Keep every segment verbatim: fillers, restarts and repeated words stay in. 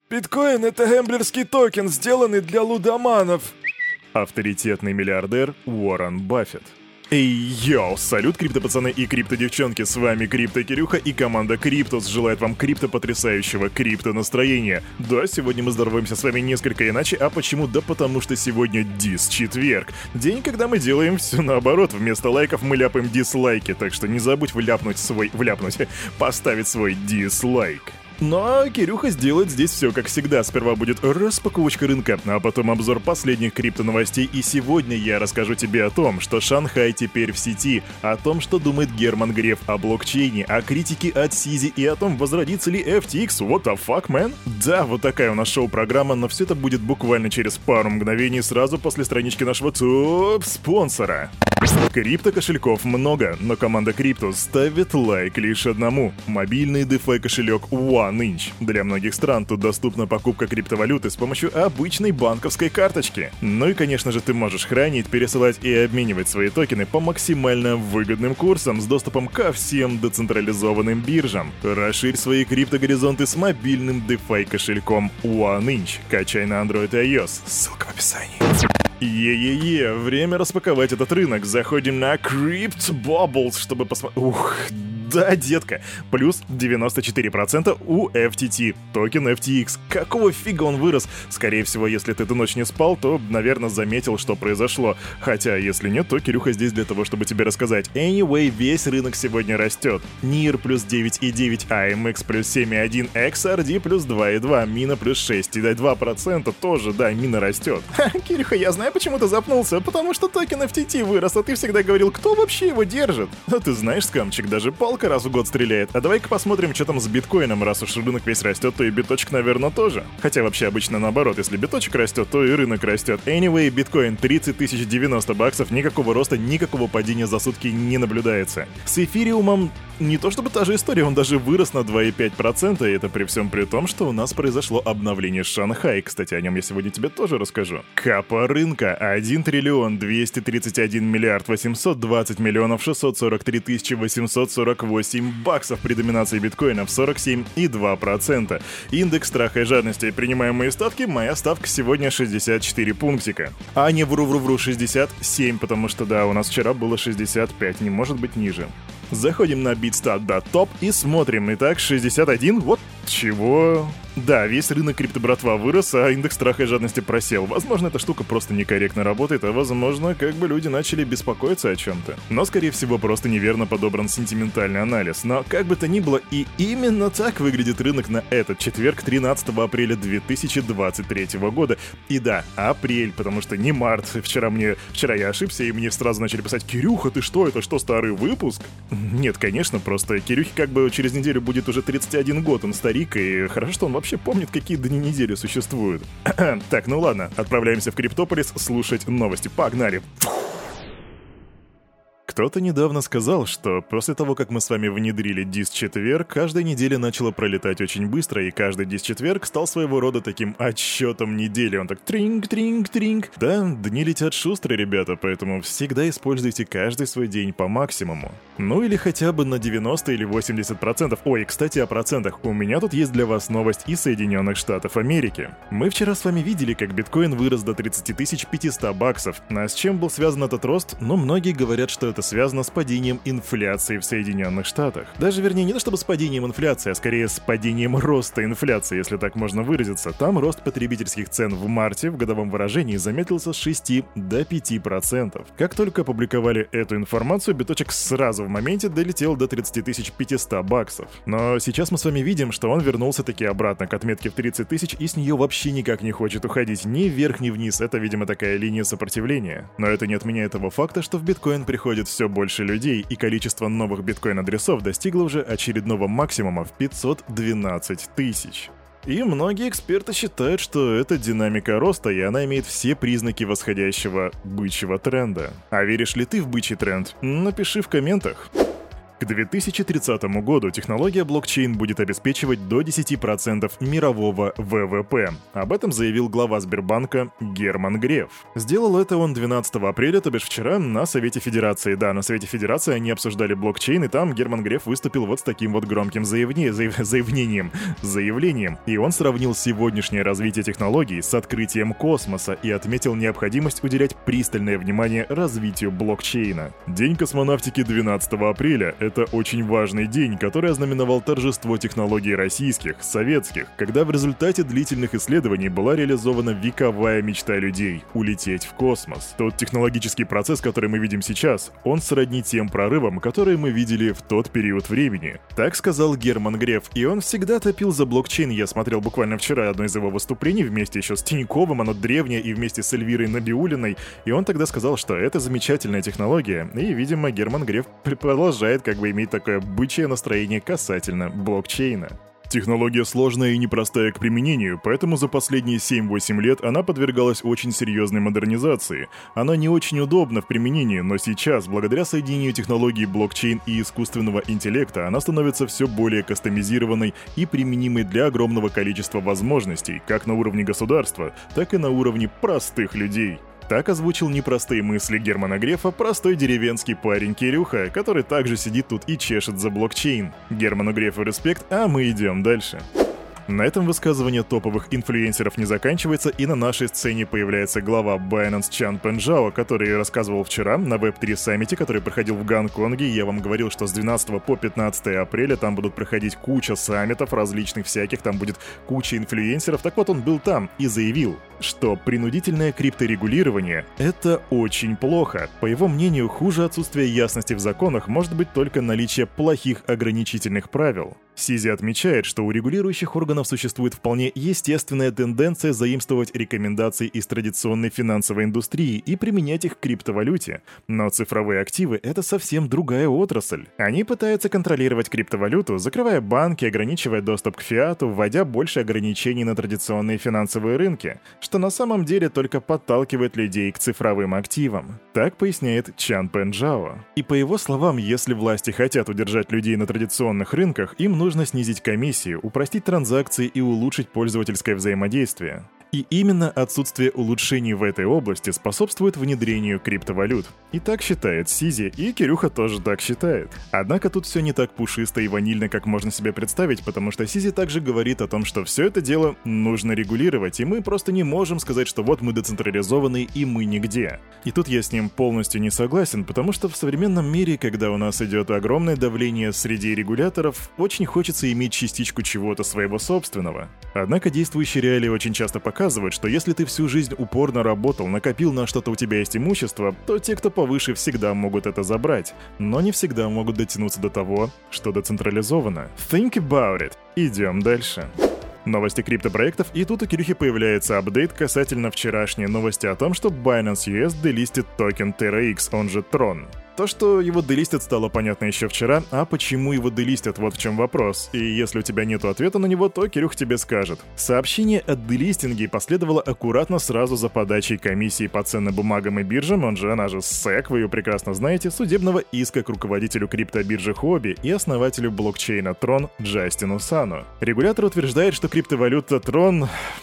Биткоин — это гэмблерский токен, сделанный для лудоманов. Авторитетный миллиардер Уоррен Баффет. Эй, йоу, салют, крипто-пацаны и крипто-девчонки, с вами Крипто-Кирюха и команда Криптус желает вам крипто-потрясающего крипто-настроения. Да, сегодня мы здороваемся с вами несколько иначе, а почему? Да потому что сегодня дис-четверг. День, когда мы делаем все наоборот, вместо лайков мы ляпаем дизлайки, так что не забудь вляпнуть свой, вляпнуть, поставить свой дизлайк. Но Кирюха сделает здесь все как всегда. Сперва будет распаковочка рынка, а потом обзор последних крипто-новостей. И сегодня я расскажу тебе о том, что Шанхай теперь в сети, о том, что думает Герман Греф о блокчейне, о критике от Сизи и о том, возродится ли эф ти экс. What the fuck, man? Да, вот такая у нас шоу-программа, но все это будет буквально через пару мгновений сразу после странички нашего топ-спонсора. Крипто-кошельков много, но команда Криптус ставит лайк лишь одному. Мобильный DeFi кошелек OneInch. Для многих стран тут доступна покупка криптовалюты с помощью обычной банковской карточки. Ну и, конечно же, ты можешь хранить, пересылать и обменивать свои токены по максимально выгодным курсам с доступом ко всем децентрализованным биржам. Расширь свои криптогоризонты с мобильным DeFi кошельком OneInch. Качай на Android и iOS. Ссылка в описании. Е-е-е, время распаковать этот рынок. Заходим на CryptBubbles, чтобы посмотреть... Ух, да, детка. Плюс девяносто четыре процента у эф ти ти, токен эф ти экс. Какого фига он вырос? Скорее всего, если ты эту ночь не спал, то, наверное, заметил, что произошло. Хотя, если нет, то Кирюха здесь для того, чтобы тебе рассказать. Anyway, весь рынок сегодня растет. нир плюс девять и девять, эй эм экс плюс семь и один, икс ар ди плюс два и два, Мина плюс шесть и два процента. Тоже, да, Мина растет. Ха, Кирюха, я знаю, почему ты запнулся. Потому что токен эф ти ти вырос, а ты всегда говорил, кто вообще его держит? А ты знаешь, скамчик, даже палка раз в год стреляет. А давай-ка посмотрим, что там с биткоином. Раз уж рынок весь растет, то и биточек, наверное, тоже. Хотя вообще обычно наоборот, если биточек растет, то и рынок растет. Anyway, биткоин тридцать тысяч девяносто баксов, никакого роста, никакого падения за сутки не наблюдается. С эфириумом не то чтобы та же история, он даже вырос на два и пять десятых процента, и это при всем при том, что у нас произошло обновление Шанхай. Кстати, о нем я сегодня тебе тоже расскажу. Капа рынка один триллион двести тридцать один миллиард восемьсот двадцать миллионов шестьсот сорок три тысячи восемьсот сорок восемь баксов при доминации биткоина в сорок семь и два десятых процента. Индекс страха и жадности. Принимаемые ставки, моя ставка сегодня шестьдесят четыре пунктика. А не вру-вру-вру шестьдесят семь, потому что да, у нас вчера было шестьдесят пять, не может быть ниже. Заходим на bitstat.top и смотрим. Итак, шестьдесят один, вот чего... Да, весь рынок крипто-братва вырос, а индекс страха и жадности просел. Возможно, эта штука просто некорректно работает, а возможно, как бы люди начали беспокоиться о чем-то. Но, скорее всего, просто неверно подобран сентиментальный анализ. Но, как бы то ни было, и именно так выглядит рынок на этот четверг, тринадцатого апреля две тысячи двадцать третьего года. И да, апрель, потому что не март. Вчера мне... Вчера я ошибся, и мне сразу начали писать: «Кирюха, ты что, это что, старый выпуск?» Нет, конечно, просто Кирюхе как бы через неделю будет уже тридцать один год, он старик, и хорошо, что он вообще помнит, какие дни недели существуют. Так, ну ладно, отправляемся в Криптополис слушать новости. Погнали! Кто-то недавно сказал, что после того, как мы с вами внедрили дис-четверг, каждая неделя начала пролетать очень быстро, и каждый дис-четверг стал своего рода таким отсчетом недели. Он так тринг-тринг-тринг. Да, дни летят шустро, ребята, поэтому всегда используйте каждый свой день по максимуму. Ну или хотя бы на девяносто или восемьдесят процентов. Ой, кстати, о процентах. У меня тут есть для вас новость из Соединенных Штатов Америки. Мы вчера с вами видели, как биткоин вырос до тридцать тысяч пятьсот баксов. А с чем был связан этот рост? Ну, многие говорят, что это связано с падением инфляции в Соединенных Штатах. Даже, вернее, не то чтобы с падением инфляции, а скорее с падением роста инфляции, если так можно выразиться. Там рост потребительских цен в марте в годовом выражении замедлился с шести до пяти процентов. Как только опубликовали эту информацию, биточек сразу в моменте долетел до тридцать тысяч пятьсот баксов. Но сейчас мы с вами видим, что он вернулся таки обратно к отметке в тридцать тысяч и с нее вообще никак не хочет уходить ни вверх, ни вниз. Это, видимо, такая линия сопротивления. Но это не отменяет того факта, что в биткоин приходит все больше людей, и количество новых биткоин-адресов достигло уже очередного максимума в пятьсот двенадцать тысяч. И многие эксперты считают, что это динамика роста, и она имеет все признаки восходящего бычьего тренда. А веришь ли ты в бычий тренд? Напиши в комментах. К две тысячи тридцатому году технология блокчейн будет обеспечивать до десяти процентов мирового вэ вэ пэ. Об этом заявил глава Сбербанка Герман Греф. Сделал это он двенадцатого апреля, то бишь вчера, на Совете Федерации. Да, на Совете Федерации они обсуждали блокчейн, и там Герман Греф выступил вот с таким вот громким заявне... заяв... заявлением. заявлением. И он сравнил сегодняшнее развитие технологий с открытием космоса и отметил необходимость уделять пристальное внимание развитию блокчейна. День космонавтики двенадцатого апреля — это очень важный день, который ознаменовал торжество технологий российских, советских, когда в результате длительных исследований была реализована вековая мечта людей — улететь в космос. Тот технологический процесс, который мы видим сейчас, он сродни тем прорывам, которые мы видели в тот период времени. Так сказал Герман Греф, и он всегда топил за блокчейн. Я смотрел буквально вчера одно из его выступлений вместе еще с Тиньковым, оно древнее, и вместе с Эльвирой Набиуллиной, и он тогда сказал, что это замечательная технология, и, видимо, Герман Греф продолжает как бы иметь такое бычье настроение касательно блокчейна. Технология сложная и непростая к применению, поэтому за последние семь-восемь лет она подвергалась очень серьезной модернизации. Она не очень удобна в применении, но сейчас, благодаря соединению технологий блокчейн и искусственного интеллекта, она становится все более кастомизированной и применимой для огромного количества возможностей, как на уровне государства, так и на уровне простых людей. Так озвучил непростые мысли Германа Грефа простой деревенский парень Кирюха, который также сидит тут и чешет за блокчейн. Герману Грефу респект, а мы идем дальше. На этом высказывание топовых инфлюенсеров не заканчивается, и на нашей сцене появляется глава Binance Чан Пенджао, который рассказывал вчера на веб три саммите, который проходил в Гонконге. Я вам говорил, что с двенадцатого по пятнадцатое апреля там будут проходить куча саммитов различных всяких, там будет куча инфлюенсеров. Так вот, он был там и заявил, что принудительное крипторегулирование — это очень плохо. По его мнению, хуже отсутствия ясности в законах может быть только наличие плохих ограничительных правил. Сизи отмечает, что у регулирующих органов существует вполне естественная тенденция заимствовать рекомендации из традиционной финансовой индустрии и применять их к криптовалюте. Но цифровые активы — это совсем другая отрасль. Они пытаются контролировать криптовалюту, закрывая банки, ограничивая доступ к фиату, вводя больше ограничений на традиционные финансовые рынки, что на самом деле только подталкивает людей к цифровым активам. Так поясняет Чан Пенджао. И по его словам, если власти хотят удержать людей на традиционных рынках, им нужно Нужно снизить комиссии, упростить транзакции и улучшить пользовательское взаимодействие. И именно отсутствие улучшений в этой области способствует внедрению криптовалют. И так считает Сизи, и Кирюха тоже так считает. Однако тут все не так пушисто и ванильно, как можно себе представить, потому что Сизи также говорит о том, что все это дело нужно регулировать, и мы просто не можем сказать, что вот мы децентрализованные и мы нигде. И тут я с ним полностью не согласен, потому что в современном мире, когда у нас идет огромное давление среди регуляторов, очень хочется иметь частичку чего-то своего собственного. Однако действующие реалии очень часто показывают, Показывает, что если ты всю жизнь упорно работал, накопил на что-то, у тебя есть имущество, то те, кто повыше, всегда могут это забрать, но не всегда могут дотянуться до того, что децентрализовано. Think about it. Идем дальше. Новости криптопроектов, и тут у Кирюхи появляется апдейт касательно вчерашней новости о том, что Binance ю эс делистит токен Terra X, он же Tron. То, что его делистят, стало понятно еще вчера, а почему его делистят, вот в чем вопрос. И если у тебя нету ответа на него, то Кирюх тебе скажет. Сообщение о делистинге последовало аккуратно сразу за подачей комиссии по ценным бумагам и биржам, он же, она же сэк, вы ее прекрасно знаете, судебного иска к руководителю криптобиржи Хобби и основателю блокчейна Tron Джастину Сану. Регулятор утверждает, что криптовалюта Tron...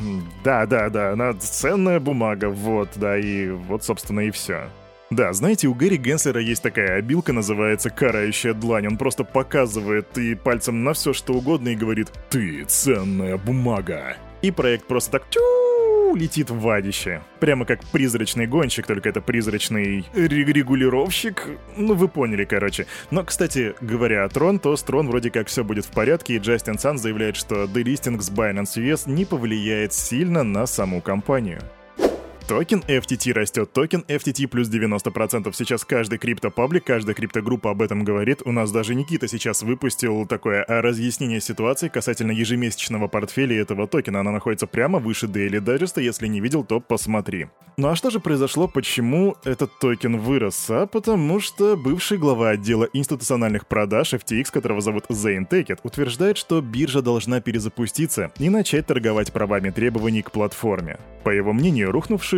Да-да-да, она ценная бумага, вот, да, и вот, собственно, и все. Да, знаете, у Гэри Генслера есть такая обилка, называется «карающая длань». Он просто показывает и пальцем на все, что угодно, и говорит «Ты ценная бумага». И проект просто так тю летит в вадище. Прямо как призрачный гонщик, только это призрачный регулировщик. Ну, вы поняли, короче. Но, кстати, говоря о Tron, то с Tron вроде как все будет в порядке, и Джастин Сан заявляет, что делистинг с Binance ю эс не повлияет сильно на саму компанию. Токен эф ти ти растет, токен эф ти ти плюс девяносто процентов. Сейчас каждый криптопаблик, каждая криптогруппа об этом говорит. У нас даже Никита сейчас выпустил такое разъяснение ситуации касательно ежемесячного портфеля этого токена. Она находится прямо выше Daily Digest, если не видел, то посмотри. Ну а что же произошло, почему этот токен вырос? А потому что бывший глава отдела институциональных продаж эф ти экс, которого зовут Зейн Текет, утверждает, что биржа должна перезапуститься и начать торговать правами требований к платформе. По его мнению, рухнувшие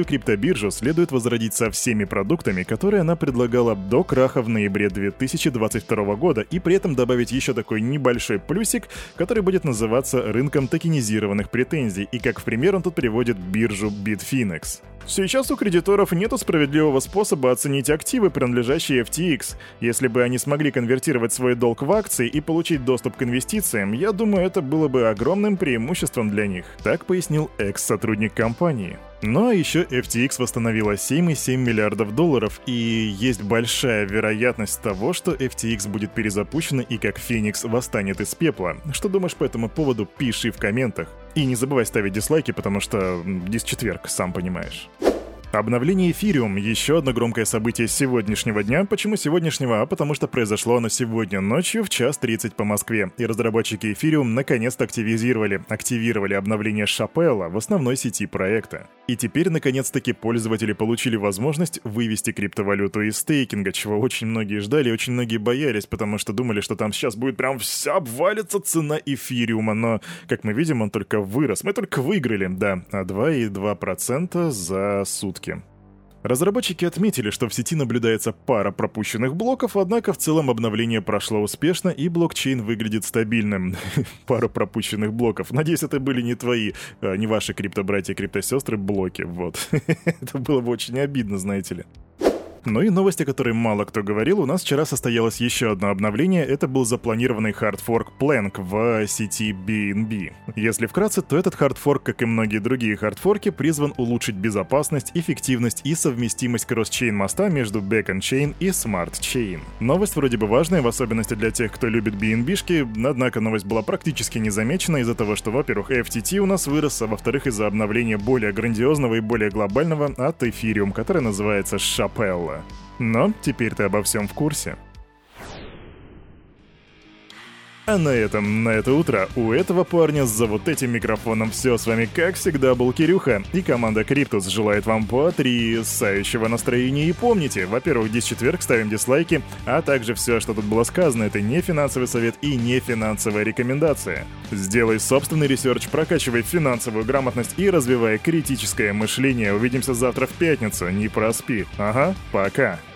свою криптобиржу следует возродить со всеми продуктами, которые она предлагала до краха в ноябре две тысячи двадцать второго года, и при этом добавить еще такой небольшой плюсик, который будет называться рынком токенизированных претензий, и как в пример он тут приводит биржу Bitfinex. Сейчас у кредиторов нету справедливого способа оценить активы, принадлежащие эф ти экс. Если бы они смогли конвертировать свой долг в акции и получить доступ к инвестициям, я думаю, это было бы огромным преимуществом для них. Так пояснил экс-сотрудник компании. Ну а еще эф ти экс восстановила семь целых семь десятых миллиардов долларов, и есть большая вероятность того, что эф ти экс будет перезапущена и как Феникс восстанет из пепла. Что думаешь по этому поводу, пиши в комментах. И не забывай ставить дизлайки, потому что здесь четверг, сам понимаешь. Обновление Ethereum — еще одно громкое событие сегодняшнего дня. Почему сегодняшнего? А потому что произошло оно сегодня ночью в час тридцать по Москве. И разработчики Ethereum наконец-то активизировали, активировали обновление Шапелла в основной сети проекта. И теперь наконец-таки пользователи получили возможность вывести криптовалюту из стейкинга, чего очень многие ждали и очень многие боялись, потому что думали, что там сейчас будет прям вся обвалится цена эфириума. Но, как мы видим, он только вырос. Мы только выиграли, да, а два целых две десятых процента за сутки. Разработчики отметили, что в сети наблюдается пара пропущенных блоков, однако в целом обновление прошло успешно и блокчейн выглядит стабильным. Пара пропущенных блоков. Надеюсь, это были не твои, не ваши криптобратья и криптосестры блоки, вот. Это было бы очень обидно, знаете ли. Ну и новость, о которой мало кто говорил, у нас вчера состоялось еще одно обновление, это был запланированный хардфорк Plank в сети би эн би. Если вкратце, то этот хардфорк, как и многие другие хардфорки, призван улучшить безопасность, эффективность и совместимость кросс-чейн моста между Beacon Chain и Smart Chain. Новость вроде бы важная, в особенности для тех, кто любит би эн би-шки, однако новость была практически не замечена из-за того, что, во-первых, эф ти ти у нас вырос, а во-вторых, из-за обновления более грандиозного и более глобального от Ethereum, которое называется Шапелла. Но теперь ты обо всем в курсе. А на этом, на это утро, у этого парня за вот этим микрофоном все. С вами, как всегда, был Кирюха, и команда Криптус желает вам потрясающего настроения. И помните, во-первых, здесь четверг, ставим дизлайки, а также все, что тут было сказано, это не финансовый совет и не финансовая рекомендация. Сделай собственный ресерч, прокачивай финансовую грамотность и развивай критическое мышление. Увидимся завтра в пятницу, не проспи. Ага, пока.